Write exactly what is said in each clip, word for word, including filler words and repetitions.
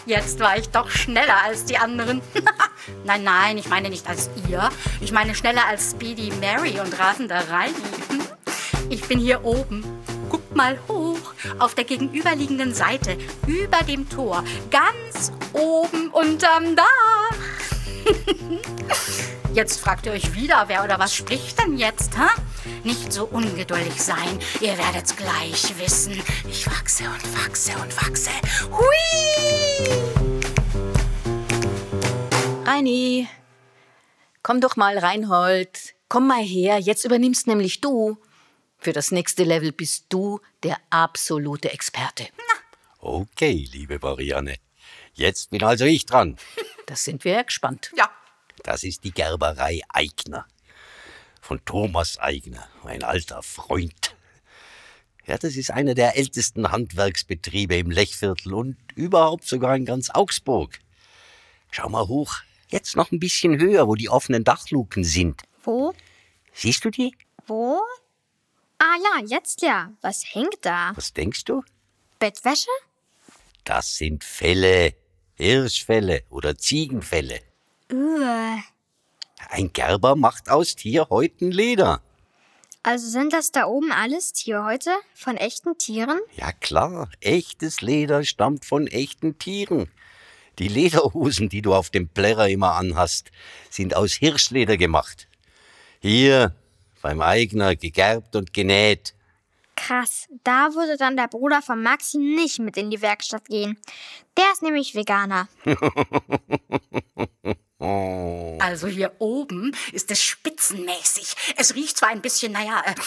Jetzt war ich doch schneller als die anderen. Nein, nein, ich meine nicht als ihr. Ich meine schneller als Speedy Mary und rasender Reini. Ich bin hier oben. Guckt mal hoch, auf der gegenüberliegenden Seite, über dem Tor, ganz oben unterm Dach. Jetzt fragt ihr euch wieder, wer oder was spricht denn jetzt, ha? Nicht so ungeduldig sein, ihr werdet's gleich wissen. Ich wachse und wachse und wachse. Hui! Reini, komm doch mal, Reinhold. Komm mal her, jetzt übernimmst nämlich du. Für das nächste Level bist du der absolute Experte. Okay, liebe Marianne. Jetzt bin also ich dran. Das sind wir ja gespannt. Ja. Das ist die Gerberei Aigner. Von Thomas Aigner, mein alter Freund. Ja, das ist einer der ältesten Handwerksbetriebe im Lechviertel und überhaupt sogar in ganz Augsburg. Schau mal hoch, jetzt noch ein bisschen höher, wo die offenen Dachluken sind. Wo? Siehst du die? Wo? Ah ja, jetzt ja. Was hängt da? Was denkst du? Bettwäsche? Das sind Felle, Hirschfelle oder Ziegenfelle. Uah. Ein Gerber macht aus Tierhäuten Leder. Also sind das da oben alles Tierhäute von echten Tieren? Ja klar, echtes Leder stammt von echten Tieren. Die Lederhosen, die du auf dem Plärrer immer anhast, sind aus Hirschleder gemacht. Hier, beim Aigner, gegerbt und genäht. Krass, da würde dann der Bruder von Maxi nicht mit in die Werkstatt gehen. Der ist nämlich Veganer. Oh. Also hier oben ist es spitzenmäßig. Es riecht zwar ein bisschen, naja, äh,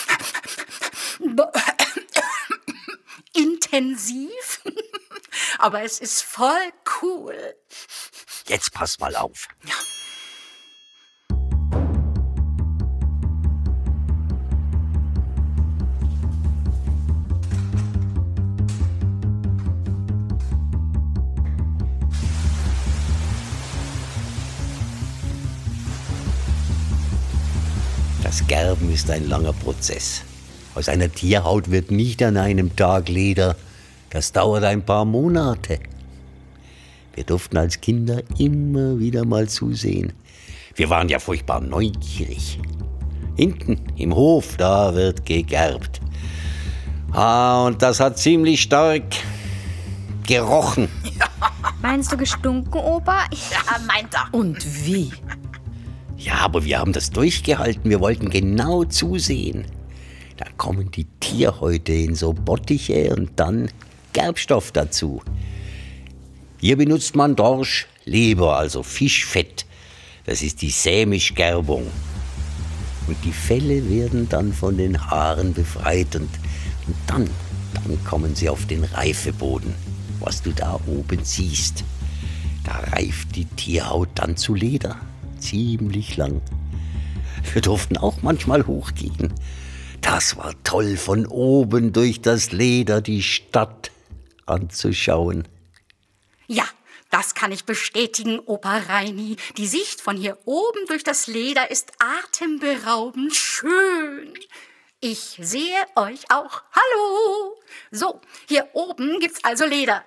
intensiv, aber es ist voll cool. Jetzt pass mal auf. Ja. Das Gerben ist ein langer Prozess. Aus einer Tierhaut wird nicht an einem Tag Leder. Das dauert ein paar Monate. Wir durften als Kinder immer wieder mal zusehen. Wir waren ja furchtbar neugierig. Hinten im Hof, da wird gegerbt. Ah, und das hat ziemlich stark gerochen. Meinst du gestunken, Opa? Ja, meint er. Und wie? Ja, aber wir haben das durchgehalten. Wir wollten genau zusehen. Da kommen die Tierhäute in so Bottiche und dann Gerbstoff dazu. Hier benutzt man Dorsch, Leber, also Fischfett. Das ist die Sämischgerbung. Und die Felle werden dann von den Haaren befreit und, und dann, dann kommen sie auf den Reifeboden. Was du da oben siehst, da reift die Tierhaut dann zu Leder. Ziemlich lang. Wir durften auch manchmal hochgehen. Das war toll, von oben durch das Leder die Stadt anzuschauen. Ja, das kann ich bestätigen, Opa Reini. Die Sicht von hier oben durch das Leder ist atemberaubend schön. Ich sehe euch auch. Hallo! So, hier oben gibt's also Leder.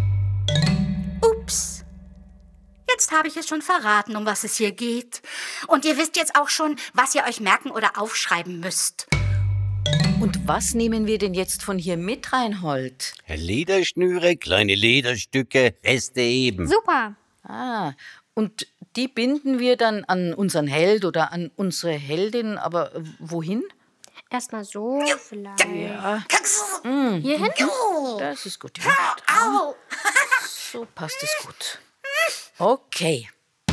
Ups. Jetzt habe ich es schon verraten, um was es hier geht. Und ihr wisst jetzt auch schon, was ihr euch merken oder aufschreiben müsst. Und was nehmen wir denn jetzt von hier mit, Reinhold? Lederschnüre, kleine Lederstücke, Reste eben. Super. Ah, und die binden wir dann an unseren Held oder an unsere Heldin, aber wohin? Erstmal so, vielleicht. Ja, Hier hin? das ist gut. Ja. Au! So passt es gut. Okay.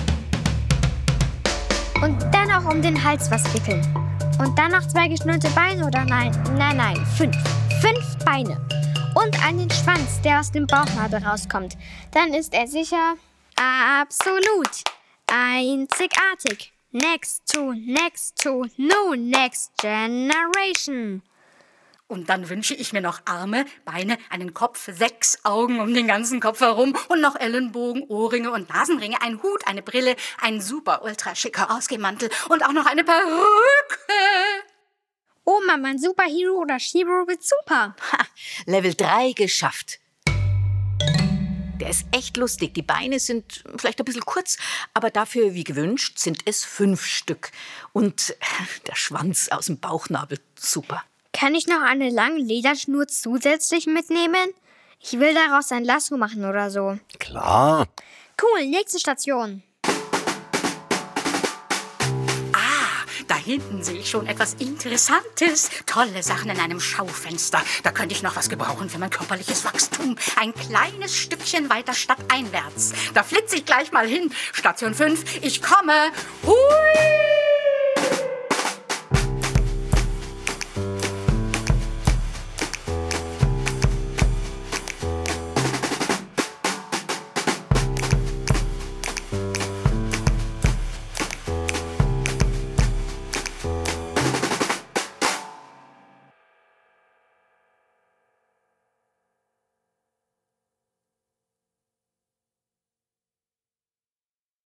Und dann auch um den Hals was wickeln. Und dann noch zwei geschnürte Beine oder nein? Nein, nein, fünf. Fünf Beine. Und einen Schwanz, der aus dem Bauchnabel rauskommt. Dann ist er sicher absolut einzigartig. Next to, next to, no next generation. Und dann wünsche ich mir noch Arme, Beine, einen Kopf, sechs Augen um den ganzen Kopf herum und noch Ellenbogen, Ohrringe und Nasenringe, einen Hut, eine Brille, ein super ultra schicker Ausgehmantel und auch noch eine Perücke. Oh Mama, ein Superhero oder Shiro wird super. Ha, Level drei geschafft. Der ist echt lustig. Die Beine sind vielleicht ein bisschen kurz, aber dafür, wie gewünscht, sind es fünf Stück. Und der Schwanz aus dem Bauchnabel, super. Kann ich noch eine lange Lederschnur zusätzlich mitnehmen? Ich will daraus ein Lasso machen oder so. Klar. Cool, nächste Station. Da hinten sehe ich schon etwas Interessantes. Tolle Sachen in einem Schaufenster. Da könnte ich noch was gebrauchen für mein körperliches Wachstum. Ein kleines Stückchen weiter stadteinwärts. Da flitze ich gleich mal hin. Station fünf, ich komme. Hui!